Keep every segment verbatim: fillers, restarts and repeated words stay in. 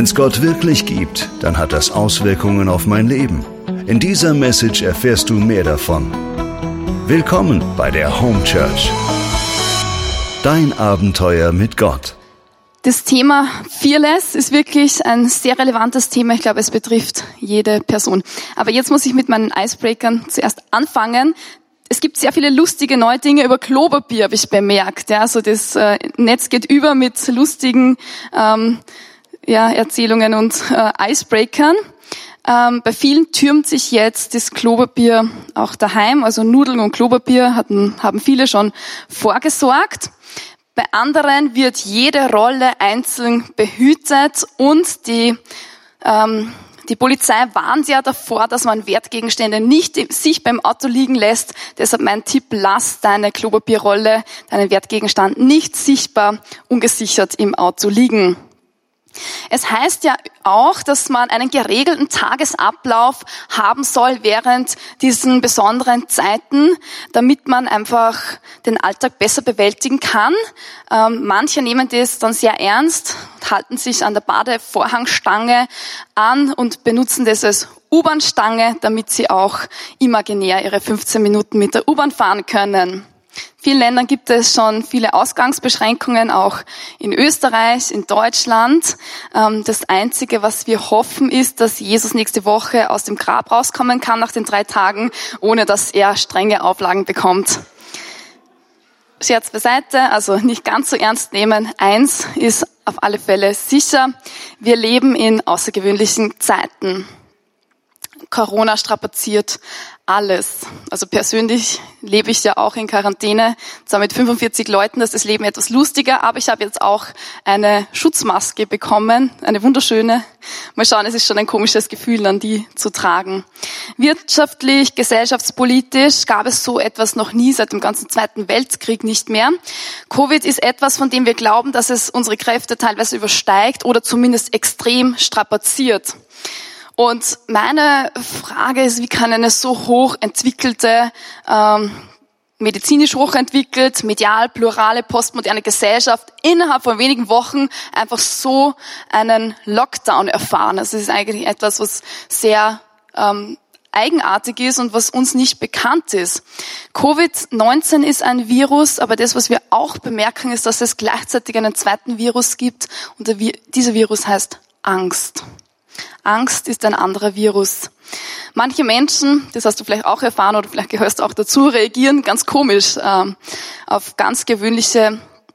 Wenn es Gott wirklich gibt, dann hat das Auswirkungen auf mein Leben. In dieser Message erfährst du mehr davon. Willkommen bei der Home Church. Dein Abenteuer mit Gott. Das Thema Fearless ist wirklich ein sehr relevantes Thema. Ich glaube, es betrifft jede Person. Aber jetzt muss ich mit meinen Icebreakern zuerst anfangen. Es gibt sehr viele lustige neue Dinge über Klopapier, habe ich bemerkt. Ja, also das äh, Netz geht über mit lustigen ähm, ja, Erzählungen und äh, Icebreakern. Ähm, bei vielen türmt sich jetzt das Klopapier auch daheim. Also Nudeln und Klopapier hatten, haben viele schon vorgesorgt. Bei anderen wird jede Rolle einzeln behütet und die ähm, die Polizei warnt ja davor, dass man Wertgegenstände nicht sich beim Auto liegen lässt. Deshalb mein Tipp, lass deine Klopapierrolle, deinen Wertgegenstand nicht sichtbar, ungesichert im Auto liegen. Es heißt ja auch, dass man einen geregelten Tagesablauf haben soll während diesen besonderen Zeiten, damit man einfach den Alltag besser bewältigen kann. Ähm, manche nehmen das dann sehr ernst, halten sich an der Badevorhangstange an und benutzen das als U-Bahn-Stange, damit sie auch imaginär ihre fünfzehn Minuten mit der U-Bahn fahren können. In vielen Ländern gibt es schon viele Ausgangsbeschränkungen, auch in Österreich, in Deutschland. Das Einzige, was wir hoffen, ist, dass Jesus nächste Woche aus dem Grab rauskommen kann nach den drei Tagen, ohne dass er strenge Auflagen bekommt. Scherz beiseite, also nicht ganz so ernst nehmen. Eins ist auf alle Fälle sicher: Wir leben in außergewöhnlichen Zeiten. Corona strapaziert alles. Also persönlich lebe ich ja auch in Quarantäne, zwar mit fünfundvierzig Leuten, das ist das Leben etwas lustiger, aber ich habe jetzt auch eine Schutzmaske bekommen, eine wunderschöne. Mal schauen, es ist schon ein komisches Gefühl, dann die zu tragen. Wirtschaftlich, gesellschaftspolitisch gab es so etwas noch nie, seit dem ganzen Zweiten Weltkrieg nicht mehr. Covid ist etwas, von dem wir glauben, dass es unsere Kräfte teilweise übersteigt oder zumindest extrem strapaziert. Und meine Frage ist, wie kann eine so hochentwickelte, ähm, medizinisch hochentwickelt, medial, plurale, postmoderne Gesellschaft innerhalb von wenigen Wochen einfach so einen Lockdown erfahren? Das ist eigentlich etwas, was sehr ähm, eigenartig ist und was uns nicht bekannt ist. Covid neunzehn ist ein Virus, aber das, was wir auch bemerken, ist, dass es gleichzeitig einen zweiten Virus gibt und der, dieser Virus heißt Angst. Angst ist ein anderer Virus. Manche Menschen, das hast du vielleicht auch erfahren oder vielleicht gehörst du auch dazu, reagieren ganz komisch ähm, auf ganz gewöhnliche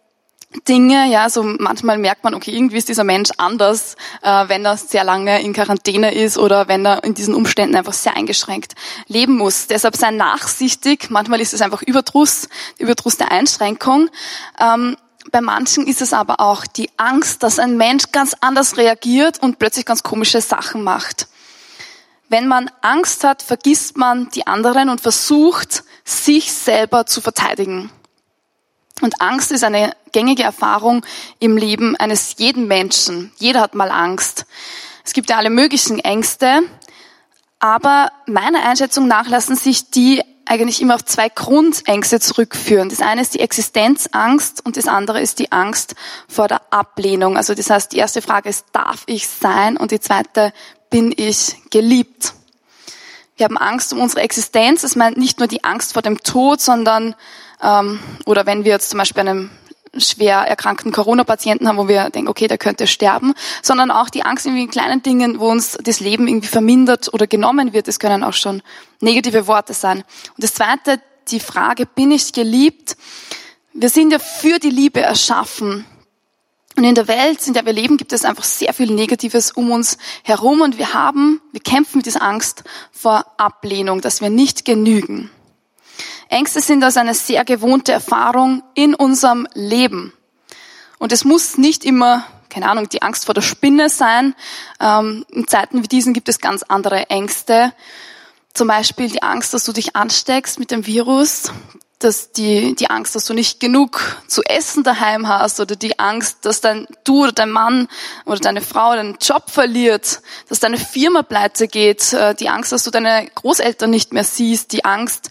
Dinge. Ja, so manchmal merkt man, okay, irgendwie ist dieser Mensch anders, äh, wenn er sehr lange in Quarantäne ist oder wenn er in diesen Umständen einfach sehr eingeschränkt leben muss. Deshalb sei nachsichtig. Manchmal ist es einfach Überdruss, Überdruss der Einschränkung. Ähm, Bei manchen ist es aber auch die Angst, dass ein Mensch ganz anders reagiert und plötzlich ganz komische Sachen macht. Wenn man Angst hat, vergisst man die anderen und versucht, sich selber zu verteidigen. Und Angst ist eine gängige Erfahrung im Leben eines jeden Menschen. Jeder hat mal Angst. Es gibt ja alle möglichen Ängste, aber meiner Einschätzung nach lassen sich die eigentlich immer auf zwei Grundängste zurückführen. Das eine ist die Existenzangst und das andere ist die Angst vor der Ablehnung. Also das heißt, die erste Frage ist, darf ich sein? Und die zweite, bin ich geliebt? Wir haben Angst um unsere Existenz. Das meint nicht nur die Angst vor dem Tod, sondern, ähm, oder wenn wir jetzt zum Beispiel einem schwer erkrankten Corona-Patienten haben, wo wir denken, okay, der könnte sterben, sondern auch die Angst irgendwie in kleinen Dingen, wo uns das Leben irgendwie vermindert oder genommen wird. Das können auch schon negative Worte sein. Und das Zweite, die Frage, bin ich geliebt? Wir sind ja für die Liebe erschaffen. Und in der Welt, in der wir leben, gibt es einfach sehr viel Negatives um uns herum und wir haben, wir kämpfen mit dieser Angst vor Ablehnung, dass wir nicht genügen. Ängste sind also eine sehr gewohnte Erfahrung in unserem Leben. Und es muss nicht immer, keine Ahnung, die Angst vor der Spinne sein. Ähm, in Zeiten wie diesen gibt es ganz andere Ängste. Zum Beispiel die Angst, dass du dich ansteckst mit dem Virus, dass die, die Angst, dass du nicht genug zu essen daheim hast oder die Angst, dass dein, du oder dein Mann oder deine Frau deinen Job verliert, dass deine Firma pleite geht, die Angst, dass du deine Großeltern nicht mehr siehst, die Angst,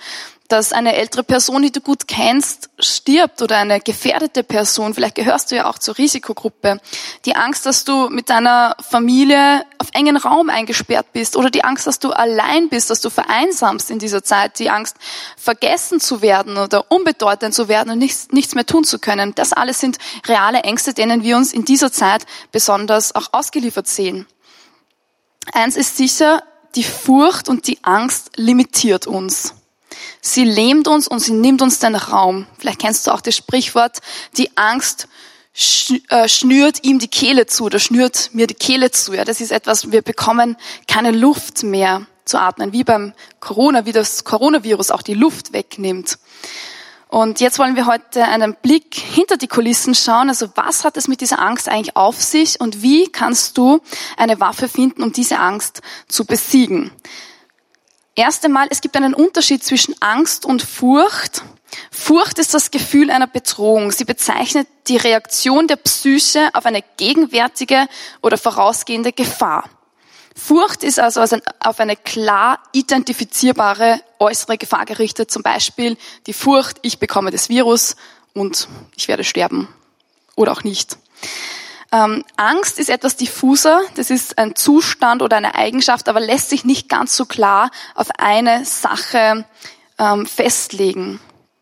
dass eine ältere Person, die du gut kennst, stirbt oder eine gefährdete Person. Vielleicht gehörst du ja auch zur Risikogruppe. Die Angst, dass du mit deiner Familie auf engen Raum eingesperrt bist oder die Angst, dass du allein bist, dass du vereinsamst in dieser Zeit. Die Angst, vergessen zu werden oder unbedeutend zu werden und nichts, nichts mehr tun zu können. Das alles sind reale Ängste, denen wir uns in dieser Zeit besonders auch ausgeliefert sehen. Eins ist sicher, die Furcht und die Angst limitiert uns. Sie lähmt uns und sie nimmt uns den Raum. Vielleicht kennst du auch das Sprichwort, die Angst schnürt ihm die Kehle zu oder schnürt mir die Kehle zu. Ja, das ist etwas, wir bekommen keine Luft mehr zu atmen, wie beim Corona, wie das Coronavirus auch die Luft wegnimmt. Und jetzt wollen wir heute einen Blick hinter die Kulissen schauen. Also was hat es mit dieser Angst eigentlich auf sich und wie kannst du eine Waffe finden, um diese Angst zu besiegen? Erst einmal, es gibt einen Unterschied zwischen Angst und Furcht. Furcht ist das Gefühl einer Bedrohung. Sie bezeichnet die Reaktion der Psyche auf eine gegenwärtige oder vorausgehende Gefahr. Furcht ist also auf eine klar identifizierbare äußere Gefahr gerichtet. Zum Beispiel die Furcht, ich bekomme das Virus und ich werde sterben oder auch nicht. Ähm, Angst ist etwas diffuser, das ist ein Zustand oder eine Eigenschaft, aber lässt sich nicht ganz so klar auf eine Sache ähm, festlegen.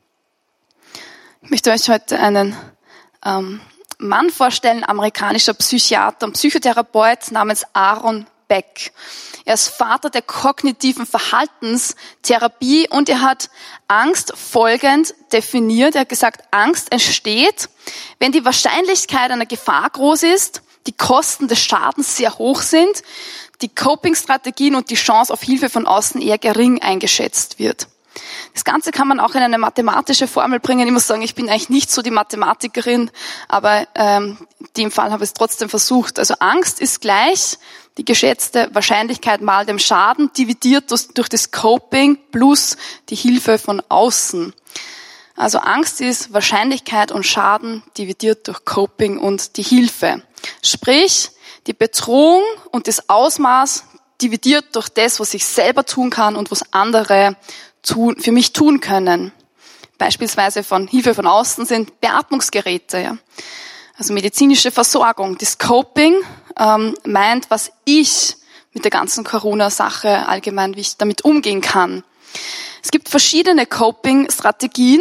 Ich möchte euch heute einen ähm, Mann vorstellen, amerikanischer Psychiater und Psychotherapeut namens Aaron Beck. Er ist Vater der kognitiven Verhaltenstherapie und er hat Angst folgend definiert. Er hat gesagt, Angst entsteht, wenn die Wahrscheinlichkeit einer Gefahr groß ist, die Kosten des Schadens sehr hoch sind, die Coping-Strategien und die Chance auf Hilfe von außen eher gering eingeschätzt wird. Das Ganze kann man auch in eine mathematische Formel bringen. Ich muss sagen, ich bin eigentlich nicht so die Mathematikerin, aber ähm, in dem Fall habe ich es trotzdem versucht. Also Angst ist gleich die geschätzte Wahrscheinlichkeit mal dem Schaden, dividiert durch das Coping plus die Hilfe von außen. Also Angst ist Wahrscheinlichkeit und Schaden dividiert durch Coping und die Hilfe. Sprich, die Bedrohung und das Ausmaß dividiert durch das, was ich selber tun kann und was andere tun, für mich tun können. Beispielsweise von Hilfe von außen sind Beatmungsgeräte, ja. Also medizinische Versorgung. Das Coping ähm, meint, was ich mit der ganzen Corona-Sache allgemein, wie ich damit umgehen kann. Es gibt verschiedene Coping-Strategien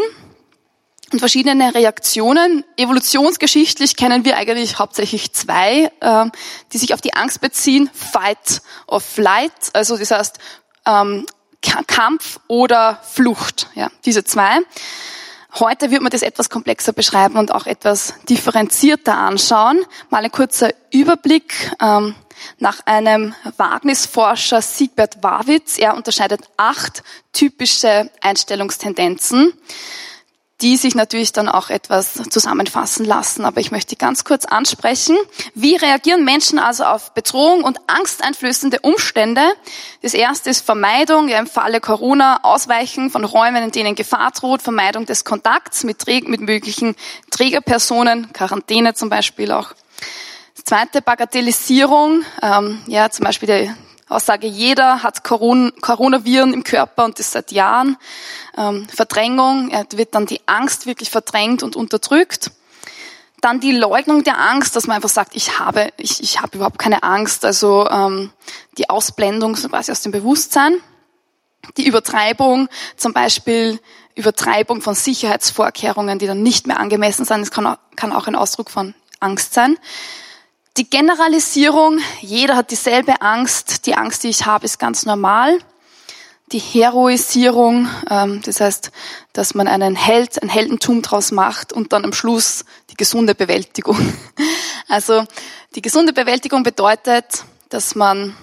und verschiedene Reaktionen. Evolutionsgeschichtlich kennen wir eigentlich hauptsächlich zwei, äh, die sich auf die Angst beziehen. Fight or Flight, also das heißt ähm, Kampf oder Flucht, ja, diese zwei. Heute wird man das etwas komplexer beschreiben und auch etwas differenzierter anschauen. Mal ein kurzer Überblick ähm, nach einem Wagnisforscher Siegbert Warwitz. Er unterscheidet acht typische Einstellungstendenzen, die sich natürlich dann auch etwas zusammenfassen lassen. Aber ich möchte ganz kurz ansprechen. Wie reagieren Menschen also auf Bedrohung und angsteinflößende Umstände? Das erste ist Vermeidung, ja im Falle Corona, Ausweichen von Räumen, in denen Gefahr droht, Vermeidung des Kontakts mit, Trä- mit möglichen Trägerpersonen, Quarantäne zum Beispiel auch. Das zweite, Bagatellisierung, ähm, ja zum Beispiel der Aussage, jeder hat Coron- Coronaviren im Körper und das seit Jahren. Ähm, Verdrängung, ja, wird dann die Angst wirklich verdrängt und unterdrückt. Dann die Leugnung der Angst, dass man einfach sagt, ich habe, ich, ich habe überhaupt keine Angst. Also ähm, die Ausblendung so quasi aus dem Bewusstsein. Die Übertreibung, zum Beispiel Übertreibung von Sicherheitsvorkehrungen, die dann nicht mehr angemessen sind. Das kann auch, kann auch ein Ausdruck von Angst sein. Die Generalisierung, jeder hat dieselbe Angst, die Angst, die ich habe, ist ganz normal. Die Heroisierung, ähm, das heißt, dass man einen Held, ein Heldentum draus macht und dann am Schluss die gesunde Bewältigung. Also die gesunde Bewältigung bedeutet, dass man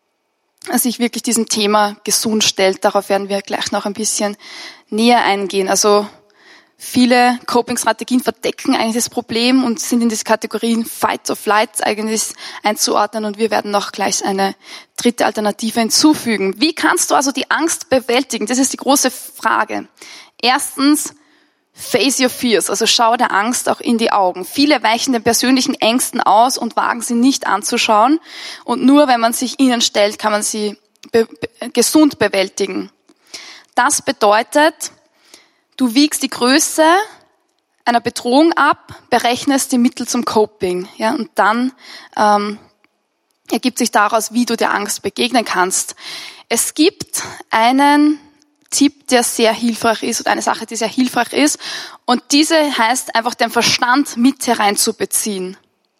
sich wirklich diesem Thema gesund stellt. Darauf werden wir gleich noch ein bisschen näher eingehen. Also viele Coping-Strategien verdecken eigentlich das Problem und sind in diese Kategorien Fight or Flight eigentlich einzuordnen und wir werden noch gleich eine dritte Alternative hinzufügen. Wie kannst du also die Angst bewältigen? Das ist die große Frage. Erstens, face your fears, also schau der Angst auch in die Augen. Viele weichen den persönlichen Ängsten aus und wagen sie nicht anzuschauen und nur wenn man sich ihnen stellt, kann man sie be- be- gesund bewältigen. Das bedeutet, Du wiegst die Größe einer Bedrohung ab, berechnest die Mittel zum Coping, ja, und dann ähm, ergibt sich daraus, wie du der Angst begegnen kannst. Es gibt einen Tipp, der sehr hilfreich ist, und eine Sache, die sehr hilfreich ist, und diese heißt einfach, den Verstand mit hereinzubeziehen.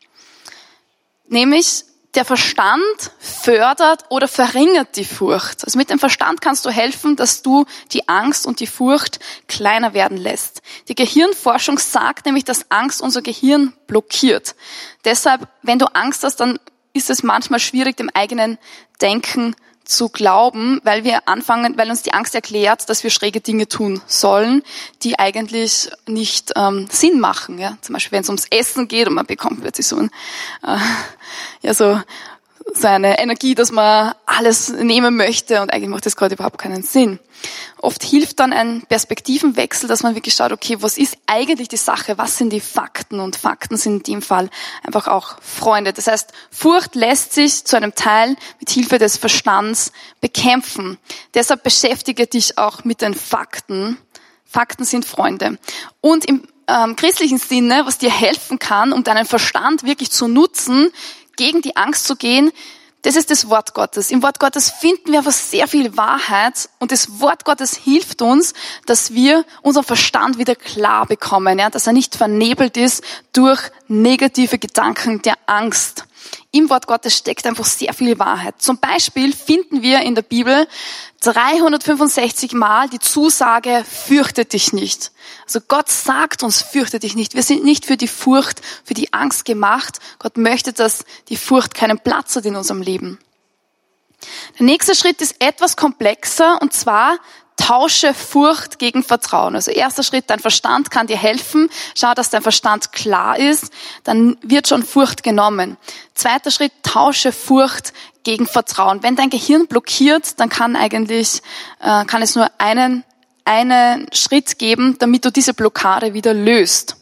Nämlich, der Verstand fördert oder verringert die Furcht. Also mit dem Verstand kannst du helfen, dass du die Angst und die Furcht kleiner werden lässt. Die Gehirnforschung sagt nämlich, dass Angst unser Gehirn blockiert. Deshalb, wenn du Angst hast, dann ist es manchmal schwierig, dem eigenen Denken zu glauben, weil wir anfangen, weil uns die Angst erklärt, dass wir schräge Dinge tun sollen, die eigentlich nicht ähm, Sinn machen. Ja, zum Beispiel, wenn es ums Essen geht und man bekommt plötzlich so ein, äh, ja so so eine Energie, dass man alles nehmen möchte, und eigentlich macht das gerade überhaupt keinen Sinn. Oft hilft dann ein Perspektivenwechsel, dass man wirklich schaut, okay, was ist eigentlich die Sache, was sind die Fakten? Und Fakten sind in dem Fall einfach auch Freunde. Das heißt, Furcht lässt sich zu einem Teil mit Hilfe des Verstands bekämpfen. Deshalb beschäftige dich auch mit den Fakten. Fakten sind Freunde. Und im ähm, christlichen Sinne, was dir helfen kann, um deinen Verstand wirklich zu nutzen, gegen die Angst zu gehen, das ist das Wort Gottes. Im Wort Gottes finden wir aber sehr viel Wahrheit, und das Wort Gottes hilft uns, dass wir unseren Verstand wieder klar bekommen, ja, dass er nicht vernebelt ist durch negative Gedanken der Angst. Im Wort Gottes steckt einfach sehr viel Wahrheit. Zum Beispiel finden wir in der Bibel dreihundertfünfundsechzig Mal die Zusage, fürchte dich nicht. Also Gott sagt uns, fürchte dich nicht. Wir sind nicht für die Furcht, für die Angst gemacht. Gott möchte, dass die Furcht keinen Platz hat in unserem Leben. Der nächste Schritt ist etwas komplexer, und zwar tausche Furcht gegen Vertrauen. Also erster Schritt, dein Verstand kann dir helfen. Schau, dass dein Verstand klar ist. Dann wird schon Furcht genommen. Zweiter Schritt, tausche Furcht gegen Vertrauen. Wenn dein Gehirn blockiert, dann kann eigentlich, äh, kann es nur einen, einen Schritt geben, damit du diese Blockade wieder löst.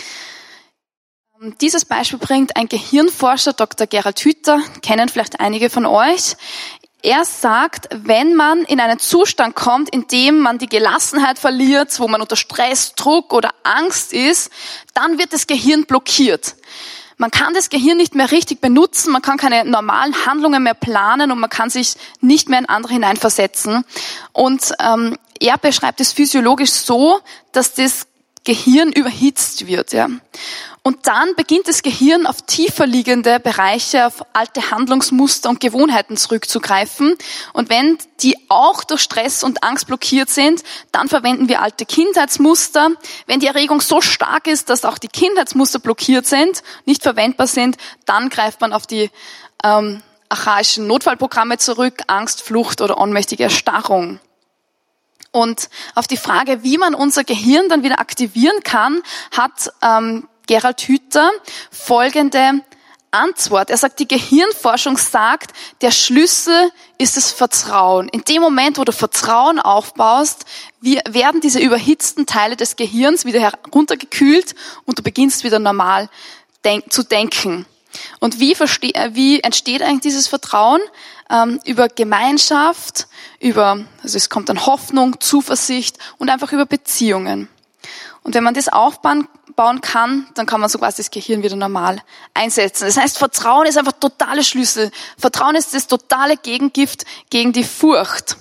Dieses Beispiel bringt ein Gehirnforscher, Doktor Gerald Hüther, kennen vielleicht einige von euch. Er sagt, wenn man in einen Zustand kommt, in dem man die Gelassenheit verliert, wo man unter Stress, Druck oder Angst ist, dann wird das Gehirn blockiert. Man kann das Gehirn nicht mehr richtig benutzen, man kann keine normalen Handlungen mehr planen und man kann sich nicht mehr in andere hineinversetzen. Und ähm, er beschreibt es physiologisch so, dass das Gehirn überhitzt wird, ja. Und dann beginnt das Gehirn auf tiefer liegende Bereiche, auf alte Handlungsmuster und Gewohnheiten zurückzugreifen. Und wenn die auch durch Stress und Angst blockiert sind, dann verwenden wir alte Kindheitsmuster. Wenn die Erregung so stark ist, dass auch die Kindheitsmuster blockiert sind, nicht verwendbar sind, dann greift man auf die ähm, archaischen Notfallprogramme zurück, Angst, Flucht oder ohnmächtige Erstarrung. Und auf die Frage, wie man unser Gehirn dann wieder aktivieren kann, hat ähm, Gerald Hüther folgende Antwort. Er sagt, die Gehirnforschung sagt, der Schlüssel ist das Vertrauen. In dem Moment, wo du Vertrauen aufbaust, werden diese überhitzten Teile des Gehirns wieder heruntergekühlt und du beginnst wieder normal denk- zu denken. Und wie, verste- wie entsteht eigentlich dieses Vertrauen? Ähm, über Gemeinschaft, über, also es kommt dann Hoffnung, Zuversicht und einfach über Beziehungen. Und wenn man das aufbauen bauen kann, dann kann man so quasi das Gehirn wieder normal einsetzen. Das heißt, Vertrauen ist einfach totale Schlüssel. Vertrauen ist das totale Gegengift gegen die Furcht.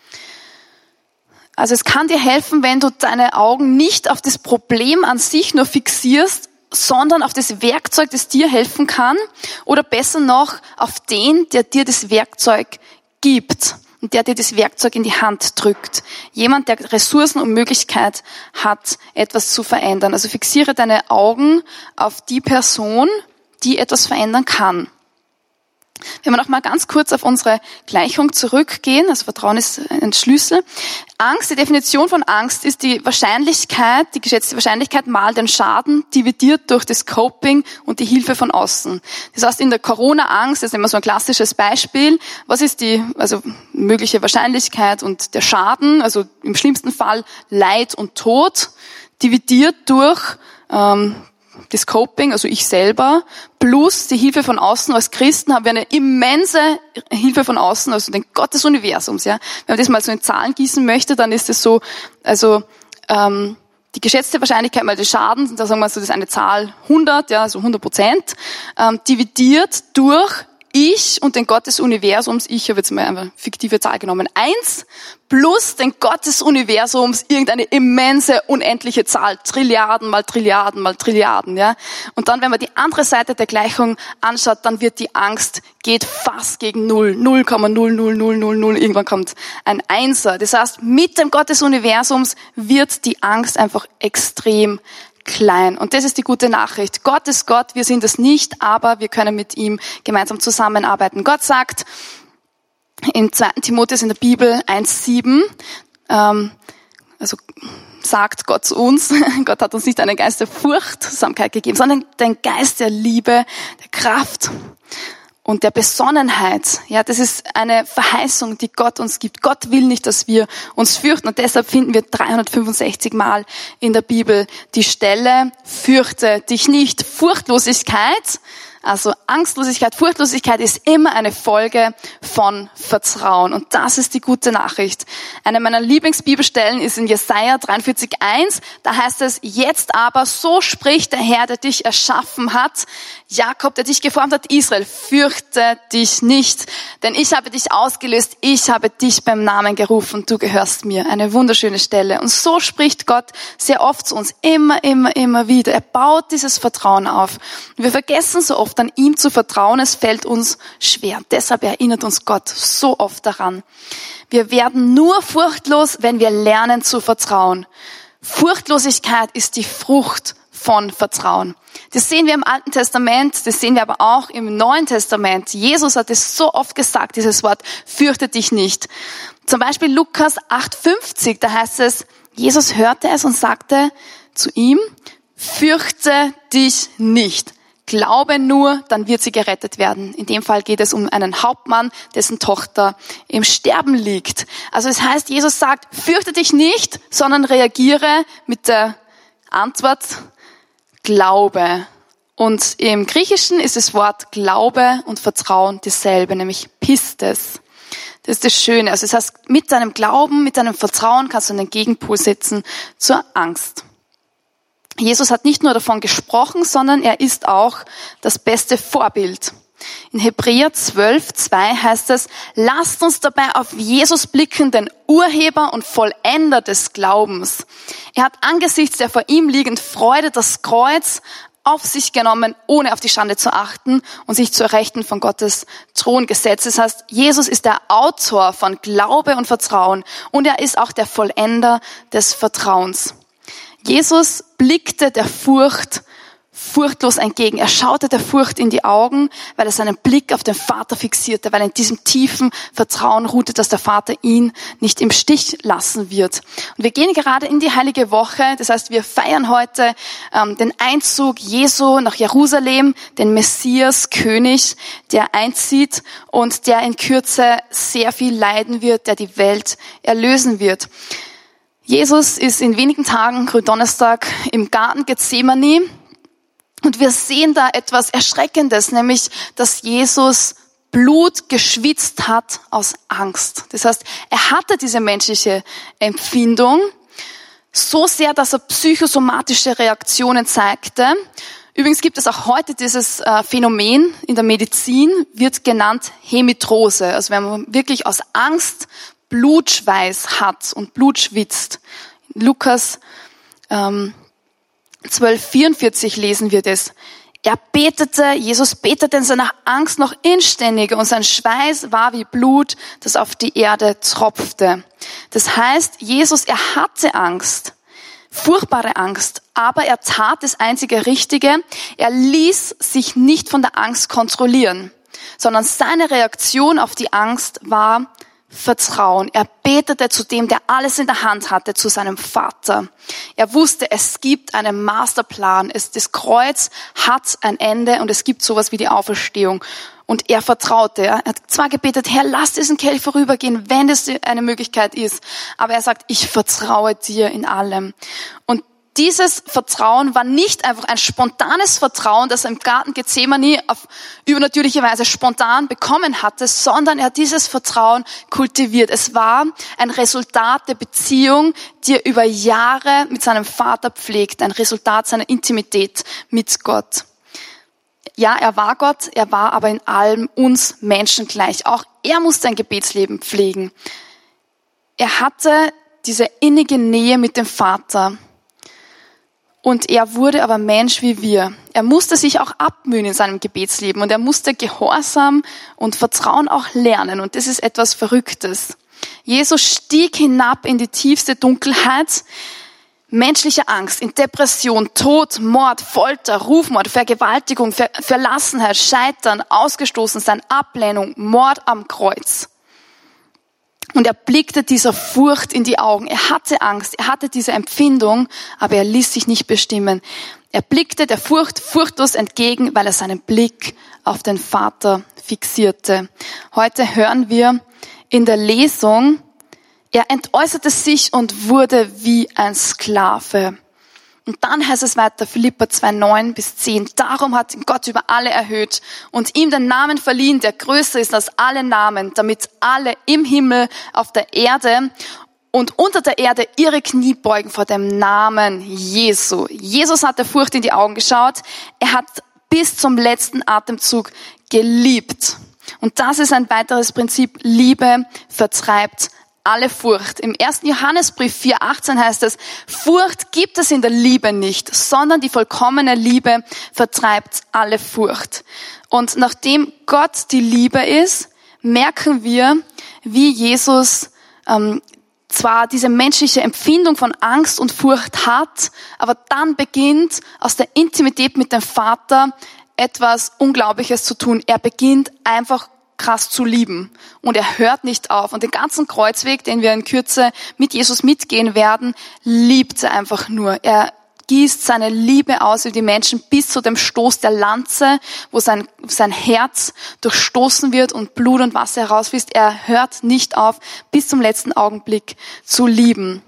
Also es kann dir helfen, wenn du deine Augen nicht auf das Problem an sich nur fixierst, sondern auf das Werkzeug, das dir helfen kann, oder besser noch auf den, der dir das Werkzeug gibt und der dir das Werkzeug in die Hand drückt. Jemand, der Ressourcen und Möglichkeit hat, etwas zu verändern. Also fixiere deine Augen auf die Person, die etwas verändern kann. Wenn wir noch mal ganz kurz auf unsere Gleichung zurückgehen, also Vertrauen ist ein Schlüssel. Angst, die Definition von Angst ist die Wahrscheinlichkeit, die geschätzte Wahrscheinlichkeit mal den Schaden dividiert durch das Coping und die Hilfe von außen. Das heißt, in der Corona-Angst, das ist immer so ein klassisches Beispiel, was ist die also mögliche Wahrscheinlichkeit und der Schaden, also im schlimmsten Fall Leid und Tod, dividiert durch ähm, das Coping, also ich selber, plus die Hilfe von außen. Als Christen haben wir eine immense Hilfe von außen, also den Gott des Universums. Ja, wenn man das mal so in Zahlen gießen möchte, dann ist es so, also ähm, die geschätzte Wahrscheinlichkeit mal des Schadens, da sagen wir so, das ist eine Zahl hundert, ja, so hundert Prozent, ähm, dividiert durch ich und den Gott des Universums, ich habe jetzt mal eine fiktive Zahl genommen, eins plus den Gott des Universums, irgendeine immense, unendliche Zahl, Trilliarden mal Trilliarden mal Trilliarden, ja. Und dann, wenn man die andere Seite der Gleichung anschaut, dann wird die Angst, geht fast gegen null, null Komma null null null null null, irgendwann kommt ein Einser. Das heißt, mit dem Gott des Universums wird die Angst einfach extrem klein. Und das ist die gute Nachricht. Gott ist Gott, wir sind es nicht, aber wir können mit ihm gemeinsam zusammenarbeiten. Gott sagt in zweiten Timotheus in der Bibel eins sieben, ähm, also sagt Gott zu uns, Gott hat uns nicht einen Geist der Furchtsamkeit gegeben, sondern den Geist der Liebe, der Kraft und der Besonnenheit. Ja, das ist eine Verheißung, die Gott uns gibt. Gott will nicht, dass wir uns fürchten, und deshalb finden wir dreihundertfünfundsechzig Mal in der Bibel die Stelle, fürchte dich nicht. Furchtlosigkeit, also Angstlosigkeit, Furchtlosigkeit ist immer eine Folge von Vertrauen. Und das ist die gute Nachricht. Eine meiner Lieblingsbibelstellen ist in Jesaja dreiundvierzig eins. Da heißt es, jetzt aber, so spricht der Herr, der dich erschaffen hat, Jakob, der dich geformt hat, Israel, fürchte dich nicht, denn ich habe dich ausgelöst, ich habe dich beim Namen gerufen, du gehörst mir. Eine wunderschöne Stelle. Und so spricht Gott sehr oft zu uns, immer, immer, immer wieder. Er baut dieses Vertrauen auf. Und wir vergessen so oft, an ihm zu vertrauen, es fällt uns schwer. Deshalb erinnert uns Gott so oft daran. Wir werden nur furchtlos, wenn wir lernen zu vertrauen. Furchtlosigkeit ist die Frucht von Vertrauen. Das sehen wir im Alten Testament, das sehen wir aber auch im Neuen Testament. Jesus hat es so oft gesagt, dieses Wort, fürchte dich nicht. Zum Beispiel Lukas acht fünfzig, da heißt es, Jesus hörte es und sagte zu ihm, fürchte dich nicht. Glaube nur, dann wird sie gerettet werden. In dem Fall geht es um einen Hauptmann, dessen Tochter im Sterben liegt. Also es heißt, Jesus sagt, fürchte dich nicht, sondern reagiere mit der Antwort, Glaube. Und im Griechischen ist das Wort Glaube und Vertrauen dasselbe, nämlich Pistes. Das ist das Schöne. Also es heißt, mit deinem Glauben, mit deinem Vertrauen kannst du einen Gegenpol setzen zur Angst. Jesus hat nicht nur davon gesprochen, sondern er ist auch das beste Vorbild. In Hebräer zwölf zwei heißt es, lasst uns dabei auf Jesus blicken, den Urheber und Vollender des Glaubens. Er hat angesichts der vor ihm liegenden Freude das Kreuz auf sich genommen, ohne auf die Schande zu achten und sich zur Rechten von Gottes Thron gesetzt. Das heißt, Jesus ist der Autor von Glaube und Vertrauen und er ist auch der Vollender des Vertrauens. Jesus blickte der Furcht furchtlos entgegen. Er schaute der Furcht in die Augen, weil er seinen Blick auf den Vater fixierte, weil er in diesem tiefen Vertrauen ruhte, dass der Vater ihn nicht im Stich lassen wird. Und wir gehen gerade in die Heilige Woche, das heißt, wir feiern heute ähm, den Einzug Jesu nach Jerusalem, den Messias, König, der einzieht und der in Kürze sehr viel leiden wird, der die Welt erlösen wird. Jesus ist in wenigen Tagen, Gründonnerstag, im Garten Gethsemane und wir sehen da etwas Erschreckendes, nämlich, dass Jesus Blut geschwitzt hat aus Angst. Das heißt, er hatte diese menschliche Empfindung so sehr, dass er psychosomatische Reaktionen zeigte. Übrigens gibt es auch heute dieses äh, Phänomen in der Medizin, wird genannt Hemitose. Also wenn man wirklich aus Angst Blutschweiß hat und Blut schwitzt. In Lukas ähm, zwölf vierundvierzig lesen wir das. Er betete, Jesus betete in seiner Angst noch inständiger und sein Schweiß war wie Blut, das auf die Erde tropfte. Das heißt, Jesus, er hatte Angst, furchtbare Angst, aber er tat das einzige Richtige. Er ließ sich nicht von der Angst kontrollieren, sondern seine Reaktion auf die Angst war Vertrauen. Er betete zu dem, der alles in der Hand hatte, zu seinem Vater. Er wusste, es gibt einen Masterplan. Es, das Kreuz hat ein Ende und es gibt sowas wie die Auferstehung. Und er vertraute. Er hat zwar gebetet, Herr, lass diesen Kelch vorübergehen, wenn es eine Möglichkeit ist. Aber er sagt, ich vertraue dir in allem. Und dieses Vertrauen war nicht einfach ein spontanes Vertrauen, das er im Garten Gethsemane auf übernatürliche Weise spontan bekommen hatte, sondern er hat dieses Vertrauen kultiviert. Es war ein Resultat der Beziehung, die er über Jahre mit seinem Vater pflegt, ein Resultat seiner Intimität mit Gott. Ja, er war Gott, er war aber in allem uns Menschen gleich. Auch er musste ein Gebetsleben pflegen. Er hatte diese innige Nähe mit dem Vater. Und er wurde aber Mensch wie wir. Er musste sich auch abmühen in seinem Gebetsleben und er musste Gehorsam und Vertrauen auch lernen. Und das ist etwas Verrücktes. Jesus stieg hinab in die tiefste Dunkelheit, menschliche Angst, in Depression, Tod, Mord, Folter, Rufmord, Vergewaltigung, Ver- Verlassenheit, Scheitern, Ausgestoßensein, Ablehnung, Mord am Kreuz. Und er blickte dieser Furcht in die Augen. Er hatte Angst, er hatte diese Empfindung, aber er ließ sich nicht bestimmen. Er blickte der Furcht furchtlos entgegen, weil er seinen Blick auf den Vater fixierte. Heute hören wir in der Lesung, er entäußerte sich und wurde wie ein Sklave. Und dann heißt es weiter, Philipper zwei, neun bis zehn. Darum hat ihn Gott über alle erhöht und ihm den Namen verliehen, der größer ist als alle Namen, damit alle im Himmel, auf der Erde und unter der Erde ihre Knie beugen vor dem Namen Jesu. Jesus hat der Furcht in die Augen geschaut. Er hat bis zum letzten Atemzug geliebt. Und das ist ein weiteres Prinzip. Liebe vertreibt alle Furcht. Im ersten Johannesbrief vier, achtzehn heißt es, Furcht gibt es in der Liebe nicht, sondern die vollkommene Liebe vertreibt alle Furcht. Und nachdem Gott die Liebe ist, merken wir, wie Jesus ähm, zwar diese menschliche Empfindung von Angst und Furcht hat, aber dann beginnt aus der Intimität mit dem Vater etwas Unglaubliches zu tun. Er beginnt einfach krass zu lieben. Und er hört nicht auf. Und den ganzen Kreuzweg, den wir in Kürze mit Jesus mitgehen werden, liebt er einfach nur. Er gießt seine Liebe aus über die Menschen bis zu dem Stoß der Lanze, wo sein, sein Herz durchstoßen wird und Blut und Wasser herausfließt. Er hört nicht auf, bis zum letzten Augenblick zu lieben.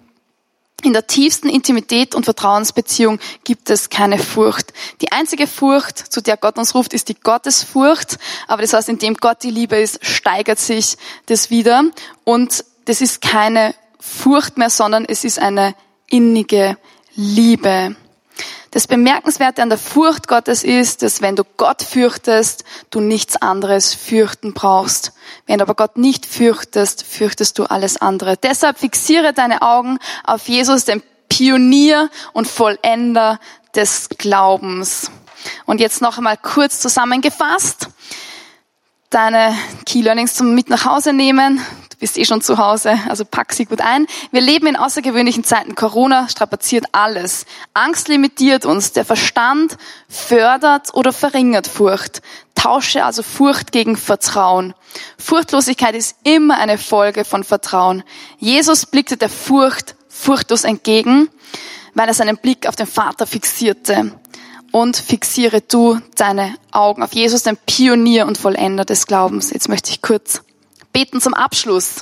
In der tiefsten Intimität und Vertrauensbeziehung gibt es keine Furcht. Die einzige Furcht, zu der Gott uns ruft, ist die Gottesfurcht. Aber das heißt, indem Gott die Liebe ist, steigert sich das wieder. Und das ist keine Furcht mehr, sondern es ist eine innige Liebe. Das Bemerkenswerte an der Furcht Gottes ist, dass wenn du Gott fürchtest, du nichts anderes fürchten brauchst. Wenn du aber Gott nicht fürchtest, fürchtest du alles andere. Deshalb fixiere deine Augen auf Jesus, den Pionier und Vollender des Glaubens. Und jetzt noch einmal kurz zusammengefasst. Deine Key Learnings zum Mit nach Hause nehmen. Du bist eh schon zu Hause, also pack sie gut ein. Wir leben in außergewöhnlichen Zeiten. Corona strapaziert alles. Angst limitiert uns. Der Verstand fördert oder verringert Furcht. Tausche also Furcht gegen Vertrauen. Furchtlosigkeit ist immer eine Folge von Vertrauen. Jesus blickte der Furcht furchtlos entgegen, weil er seinen Blick auf den Vater fixierte. Und fixiere du deine Augen auf Jesus, den Pionier und Vollender des Glaubens. Jetzt möchte ich kurz beten zum Abschluss.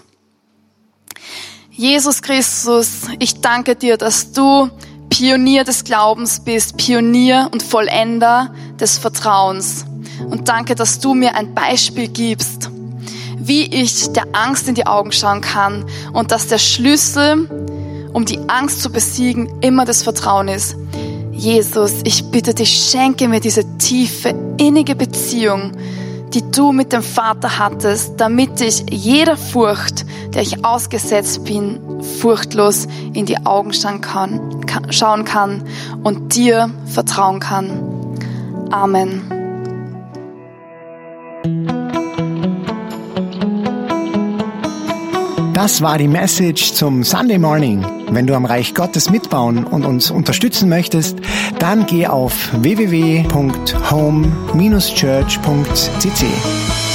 Jesus Christus, ich danke dir, dass du Pionier des Glaubens bist, Pionier und Vollender des Vertrauens. Und danke, dass du mir ein Beispiel gibst, wie ich der Angst in die Augen schauen kann und dass der Schlüssel, um die Angst zu besiegen, immer das Vertrauen ist. Jesus, ich bitte dich, schenke mir diese tiefe, innige Beziehung, die du mit dem Vater hattest, damit ich jeder Furcht, der ich ausgesetzt bin, furchtlos in die Augen schauen kann, schauen kann und dir vertrauen kann. Amen. Das war die Message zum Sunday Morning. Wenn du am Reich Gottes mitbauen und uns unterstützen möchtest, dann geh auf w w w punkt home Bindestrich church punkt c c.